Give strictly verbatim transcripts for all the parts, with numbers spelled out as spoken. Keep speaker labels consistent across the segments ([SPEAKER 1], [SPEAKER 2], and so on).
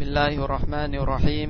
[SPEAKER 1] الله الرحمن الرحيم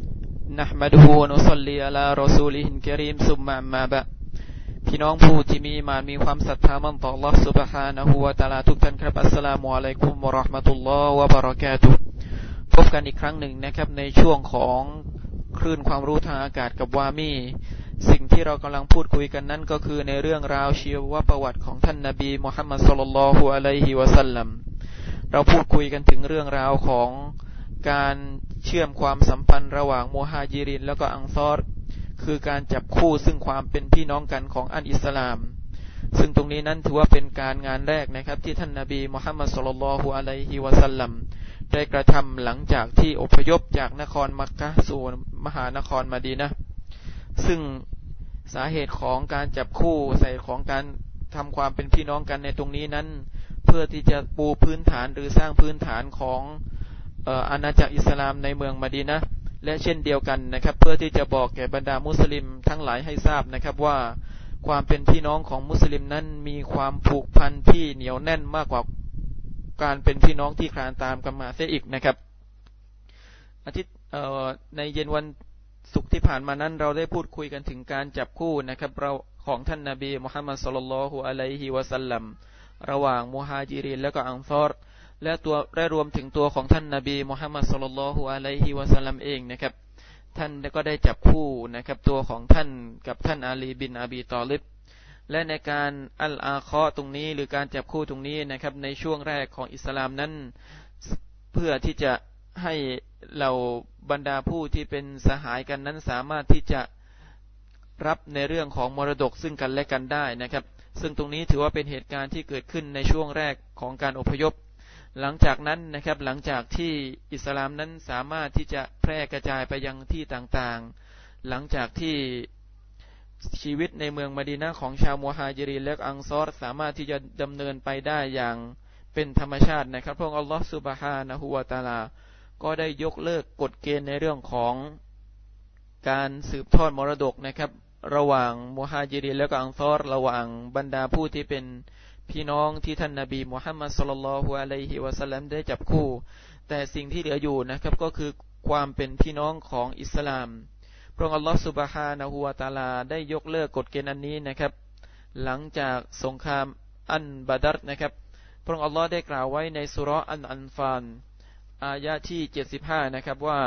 [SPEAKER 1] نحمده ونصلي على رسوله الكريم ثم أما بعدพี่น้องผู้ที่มีมามีความศรัทธามั่นต่อ Allah Subhanahu wa Ta'ala ทุกท่านครับอัสสลามุอะลัยกุมวะเราะห์มะตุลลอฮ์วะบะเราะกาตุฮ์พบกันอีกครั้งหนึ่งนะครับในช่วงของคลื่นความรู้ทางอากาศกับวามีสิ่งที่เรากำลังพูดคุยกันนั้นก็คือในเรื่องราวชีวประวัติของท่านนบีมุฮัมมัดศ็อลลัลลอฮุอะลัยฮิวะซัลลัมเราพูดคุยกันถึงเรื่องราวของการเชื่อมความสัมพันธ์ระหว่างมุฮาญิรินแล้วก็อังซอรคือการจับคู่ซึ่งความเป็นพี่น้องกันของอันอิสลามซึ่งตรงนี้นั้นถือว่าเป็นการงานแรกนะครับที่ท่านนบีมุฮัมมัดศ็อลลัลลอฮุอะลัยฮิวะซัลลัมได้กระทำหลังจากที่อพยพจากนครมักกะฮ์สู่มหานครมะดีนะห์ซึ่งสาเหตุของการจับคู่สาเหตุของการทำความเป็นพี่น้องกันในตรงนี้นั้นเพื่อที่จะปูพื้นฐานหรือสร้างพื้นฐานของเอ่ออาณาจักรอิสลามในเมืองมะดีนะห์และเช่นเดียวกันนะครับเพื่อที่จะบอกแก่บรรดามุสลิมทั้งหลายให้ทราบนะครับว่าความเป็นพี่น้องของมุสลิมนั้นมีความผูกพันที่เหนียวแน่นมากกว่าการเป็นพี่น้องที่คลานตามกันมาเสียอีกนะครับอาทิตย์เอ่อในเย็นวันศุกร์ที่ผ่านมานั้นเราได้พูดคุยกันถึงการจับคู่นะครับเราของท่านนบีมุฮัมมัดศ็อลลัลลอฮุอะลัยฮิวะซัลลัมระหว่างมุฮาญิรินและก็อังซอรและตัวได้รวมถึงตัวของท่านนบีมุฮัมมัดศ็อลลัลลอฮุอะลัยฮิวะซัลลัมเองนะครับท่านก็ได้จับคู่นะครับตัวของท่านกับท่านอาลีบินอบีตอลิบและในการอัลอาคอตรงนี้หรือการจับคู่ตรงนี้นะครับในช่วงแรกของอิสลามนั้นเพื่อที่จะให้เราบรรดาผู้ที่เป็นสหายกันนั้นสามารถที่จะรับในเรื่องของมรดกซึ่งกันและกันได้นะครับซึ่งตรงนี้ถือว่าเป็นเหตุการณ์ที่เกิดขึ้นในช่วงแรกของการอพยพหลังจากนั้นนะครับหลังจากที่อิสลามนั้นสามารถที่จะแพร่กระจายไปยังที่ต่างๆหลังจากที่ชีวิตในเมืองมะดีนะห์ของชาวมุฮาญิรินและอังซอรสามารถที่จะดำเนินไปได้อย่างเป็นธรรมชาตินะครับพระองค์อัลลอฮฺซุบฮานะฮูวะตะอาลาก็ได้ยกเลิกกฎเกณฑ์ในเรื่องของการสืบทอดมรดกนะครับระหว่างมุฮาญิรินและก็อังซอรระหว่างบรรดาผู้ที่เป็นพี่น้องที่ท่านนบีมุฮัมมัดศ็อลลัลลอฮุอะลัยฮิวะซัลลัมได้จับคู่แต่สิ่งที่เหลืออยู่นะครับก็คือความเป็นพี่น้องของอิสลามพระองค์อัลลอฮฺซุบฮานะฮูวะตะอาลาได้ยกเลิกกฎเกณฑ์อันนี้นะครับหลังจากสงครามอันบาดัรนะครับพระองค์อัลลอฮฺได้กล่าวไว้ในซูเราะห์อันอันฟาลอายะห์ที่เจ็ดสิบห้านะครับว่า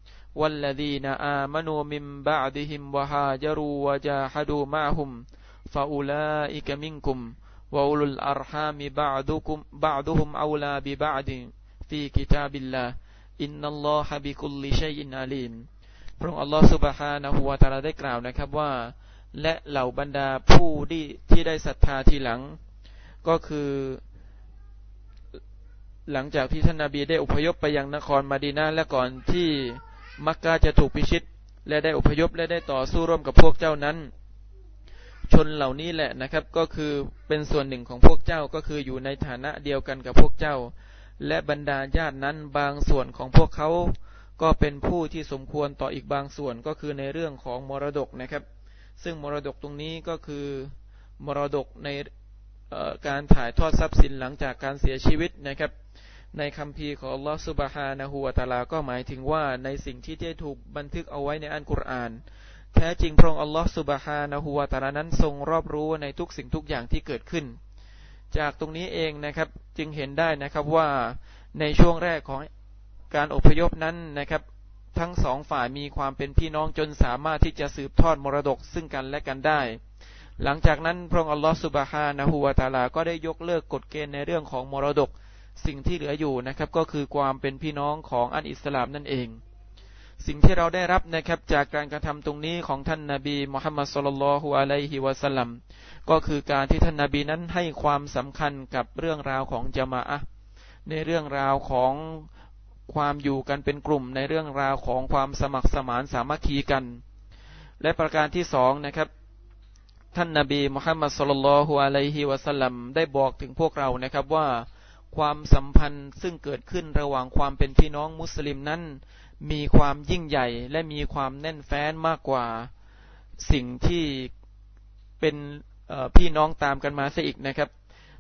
[SPEAKER 1] والذين آمنوا من بعدهم وهاجروا وجاهدوا معهم فأولئك منكم وأولو الأرحام بعضكم بعضهم أولى ببعض في كتاب الله إن الله بكل شيء عليم พระองค์อัลลอฮฺซุบฮานะฮูวะตะอาลาได้กล่าวนะครับว่าและเหล่าบรรดาผู้ที่ที่ได้ศรัทธาทีหลังก็คือหลังจากที่ท่านนบีได้อพยพไปยังนครมะดีนะห์และก่อนที่มักกะฮ์จะถูกพิชิตและได้อพยพและได้ต่อสู้ร่วมกับพวกเจ้านั้นชนเหล่านี้แหละนะครับก็คือเป็นส่วนหนึ่งของพวกเจ้าก็คืออยู่ในฐานะเดียวกันกับพวกเจ้าและบรรดาญาตินั้นบางส่วนของพวกเขาก็เป็นผู้ที่สมควรต่ออีกบางส่วนก็คือในเรื่องของมรดกนะครับซึ่งมรดกตรงนี้ก็คือมรดกในการถ่ายทอดทรัพย์สินหลังจากการเสียชีวิตนะครับในคัมภีร์ของอัลลอฮฺซุบฮานะฮูวะตะอาลาก็หมายถึงว่าในสิ่งที่ได้ถูกบันทึกเอาไว้ในอัลกุรอานแท้จริงพระองค์อัลลอฮฺซุบฮานะฮูวะตะอาลานั้นทรงรอบรู้ในทุกสิ่งทุกอย่างที่เกิดขึ้นจากตรงนี้เองนะครับจึงเห็นได้นะครับว่าในช่วงแรกของการอพยพนั้นนะครับทั้งสองฝ่ายมีความเป็นพี่น้องจนสามารถที่จะสืบทอดมรดกซึ่งกันและกันได้หลังจากนั้นพระองค์อัลลอฮฺซุบฮานะฮูวะตะอาลาก็ได้ยกเลิกกฎเกณฑ์ในเรื่องของมรดกสิ่งที่เหลืออยู่นะครับก็คือความเป็นพี่น้องของอันอิสลามนั่นเองสิ่งที่เราได้รับนะครับจากการกระทำตรงนี้ของท่านนบีมุฮัมมัดศ็อลลัลลอฮุอะลัยฮิวะซัลลัมก็คือการที่ท่านนบีนั้นให้ความสำคัญกับเรื่องราวของญะมาอะห์ในเรื่องราวของความอยู่กันเป็นกลุ่มในเรื่องราวของความสมัครสมานสามัคคีกันและประการที่สองนะครับท่านนบีมุฮัมมัดศ็อลลัลลอฮุอะลัยฮิวะซัลลัมได้บอกถึงพวกเรานะครับว่าความสัมพันธ์ซึ่งเกิดขึ้นระหว่างความเป็นพี่น้องมุสลิมนั้นมีความยิ่งใหญ่และมีความแน่นแฟ้นมากกว่าสิ่งที่เป็นพี่น้องตามกันมาซะอีกนะครับ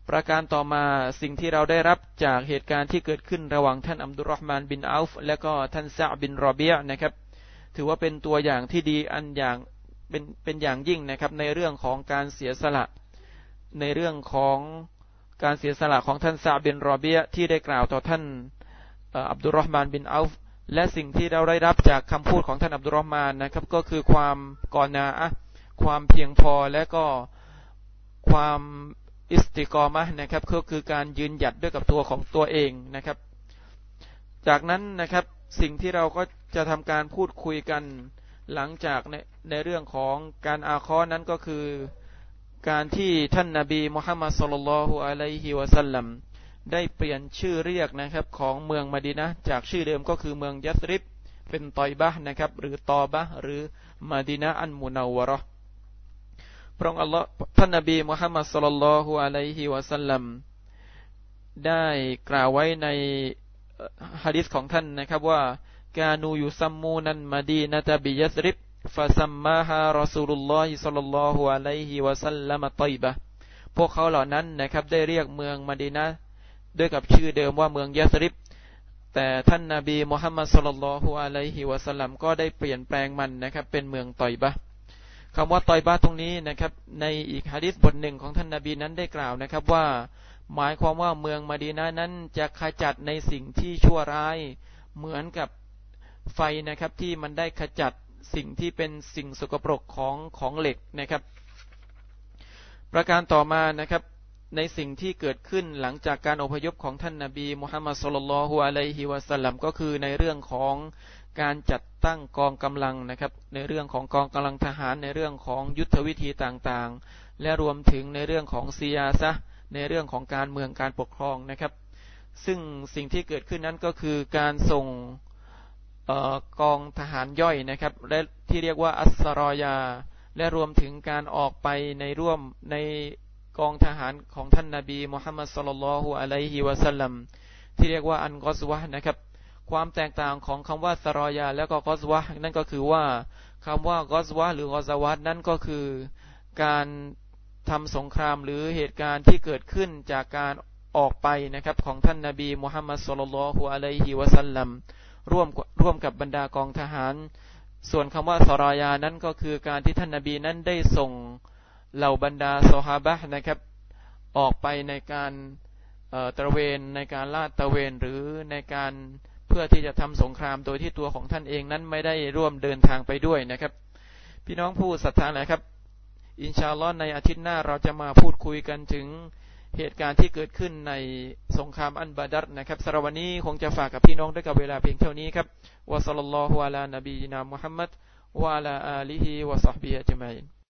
[SPEAKER 1] ประการต่อมาสิ่งที่เราได้รับจากเหตุการณ์ที่เกิดขึ้นระหว่างท่านอับดุลรอฮ์มานบินอัฟและก็ท่านซะอ์บินรอบีอะห์นะครับถือว่าเป็นตัวอย่างที่ดีอันอย่างเป็นเป็นอย่างยิ่งนะครับในเรื่องของการเสียสละในเรื่องของการเสียสละของท่านซะอ์บินรอบีอะห์ที่ได้กล่าวต่อท่านอับดุลรอฮ์มานบินอัฟและสิ่งที่เราได้รับจากคำพูดของท่านอับดุลรอฮ์มานนะครับก็คือความกอนาอะห์ความเพียงพอและก็ความอิสติกอมะห์นะครับก็คือการยืนหยัดด้วยกับตัวของตัวเองนะครับจากนั้นนะครับสิ่งที่เราก็จะทำการพูดคุยกันหลังจากในในเรื่องของการอาคอนั้นก็คือการที่ท่านนบีมุฮัมมัดศ็อลลัลลอฮุอะลัยฮิวะซัลลัมได้เปลี่ยนชื่อเรียกนะครับของเมืองมะดีนะห์จากชื่อเดิมก็คือเมืองยัสริบเป็นตอยบะห์นะครับหรือตอบะห์หรือมะดีนะห์อันมุนัววะเราะห์พระองค์อัลลอฮ์ท่านนบีมุฮัมมัดศ็อลลัลลอฮุอะลัยฮิวะซัลลัมได้กล่าวไว้ในหะดีษของท่านนะครับว่ากานูยุซัมมูนันมะดีนะตะบิยัสริบฟะซัมมาฮารอซูลุลลอฮิศ็อลลัลลอฮุอะลัยฮิวะซัลลัมฏอยบะห์พวกเขาเหล่านั้นนะครับได้เรียกเมืองมะดีนะห์ด้วยกับชื่อเดิมว่าเมืองยัสริบแต่ท่านนบีมุฮัมมัดศ็อลลัลลอฮุอะลัยฮิวะซัลลัมก็ได้เปลี่ยนแปลงมันนะครับเป็นเมืองตอยบะห์คำว่าตอยบะห์ตรงนี้นะครับในอีกหะดีษบทหนึ่งของท่านนบีนั้นได้กล่าวนะครับว่าหมายความว่าเมืองมะดีนะห์นั้นจะขจัดในสิ่งที่ชั่วร้ายเหมือนกับไฟนะครับที่มันได้ขจัดสิ่งที่เป็นสิ่งสกปรกของของเหล็กนะครับประการต่อมานะครับในสิ่งที่เกิดขึ้นหลังจากการอพยพของท่านนบีมุฮัมมัดศ็อลลัลลอฮุอะลัยฮิวะซัลลัมก็คือในเรื่องของการจัดตั้งกองกำลังนะครับในเรื่องของกองกำลังทหารในเรื่องของยุทธวิธีต่างๆและรวมถึงในเรื่องของซิยาซะห์ในเรื่องของการเมืองการปกครองนะครับซึ่งสิ่งที่เกิดขึ้นนั้นก็คือการส่งกองทหารย่อยนะครับและที่เรียกว่าอัสซารอยาและรวมถึงการออกไปในร่วมในกองทหารของท่านนบีมุฮัมมัดศ็อลลัลลอฮุอะลัยฮิวะซัลลัมที่เรียกว่าอันกอซวะห์นะครับความแตกต่างของคำว่าซารอยาและก็กอซวะห์นั่นก็คือว่าคำว่ากอซวะห์หรือกอซาวะห์นั่นก็คือการทำสงครามหรือเหตุการณ์ที่เกิดขึ้นจากการออกไปนะครับของท่านนบีมุฮัมมัดศ็อลลัลลอฮุอะลัยฮิวะซัลลัมร่วมร่วมกับบรรดากองทหารส่วนคำว่าซารอยานั้นก็คือการที่ท่านนบีนั้นได้ส่งเหล่าบรรดาซอฮาบะห์นะครับออกไปในการตระเวนในการลาดตระเวนหรือในการเพื่อที่จะทำสงครามโดยที่ตัวของท่านเองนั้นไม่ได้ร่วมเดินทางไปด้วยนะครับพี่น้องผู้ศรัทธานะครับอินชาอัลลอฮ์ในอาทิตย์หน้าเราจะมาพูดคุยกันถึงเหตุการณ์ที่เกิดขึ้นในสงครามอันบาดัรนะครับสำหรับวันนี้คงจะฝากกับพี่น้องด้วยกับเวลาเพียงเท่านี้ครับวะศ็อลลัลลอฮุอะลานบีนามุฮัมมัดวะอะลาอาลิฮิวะศอฮบิฮิอัจมัย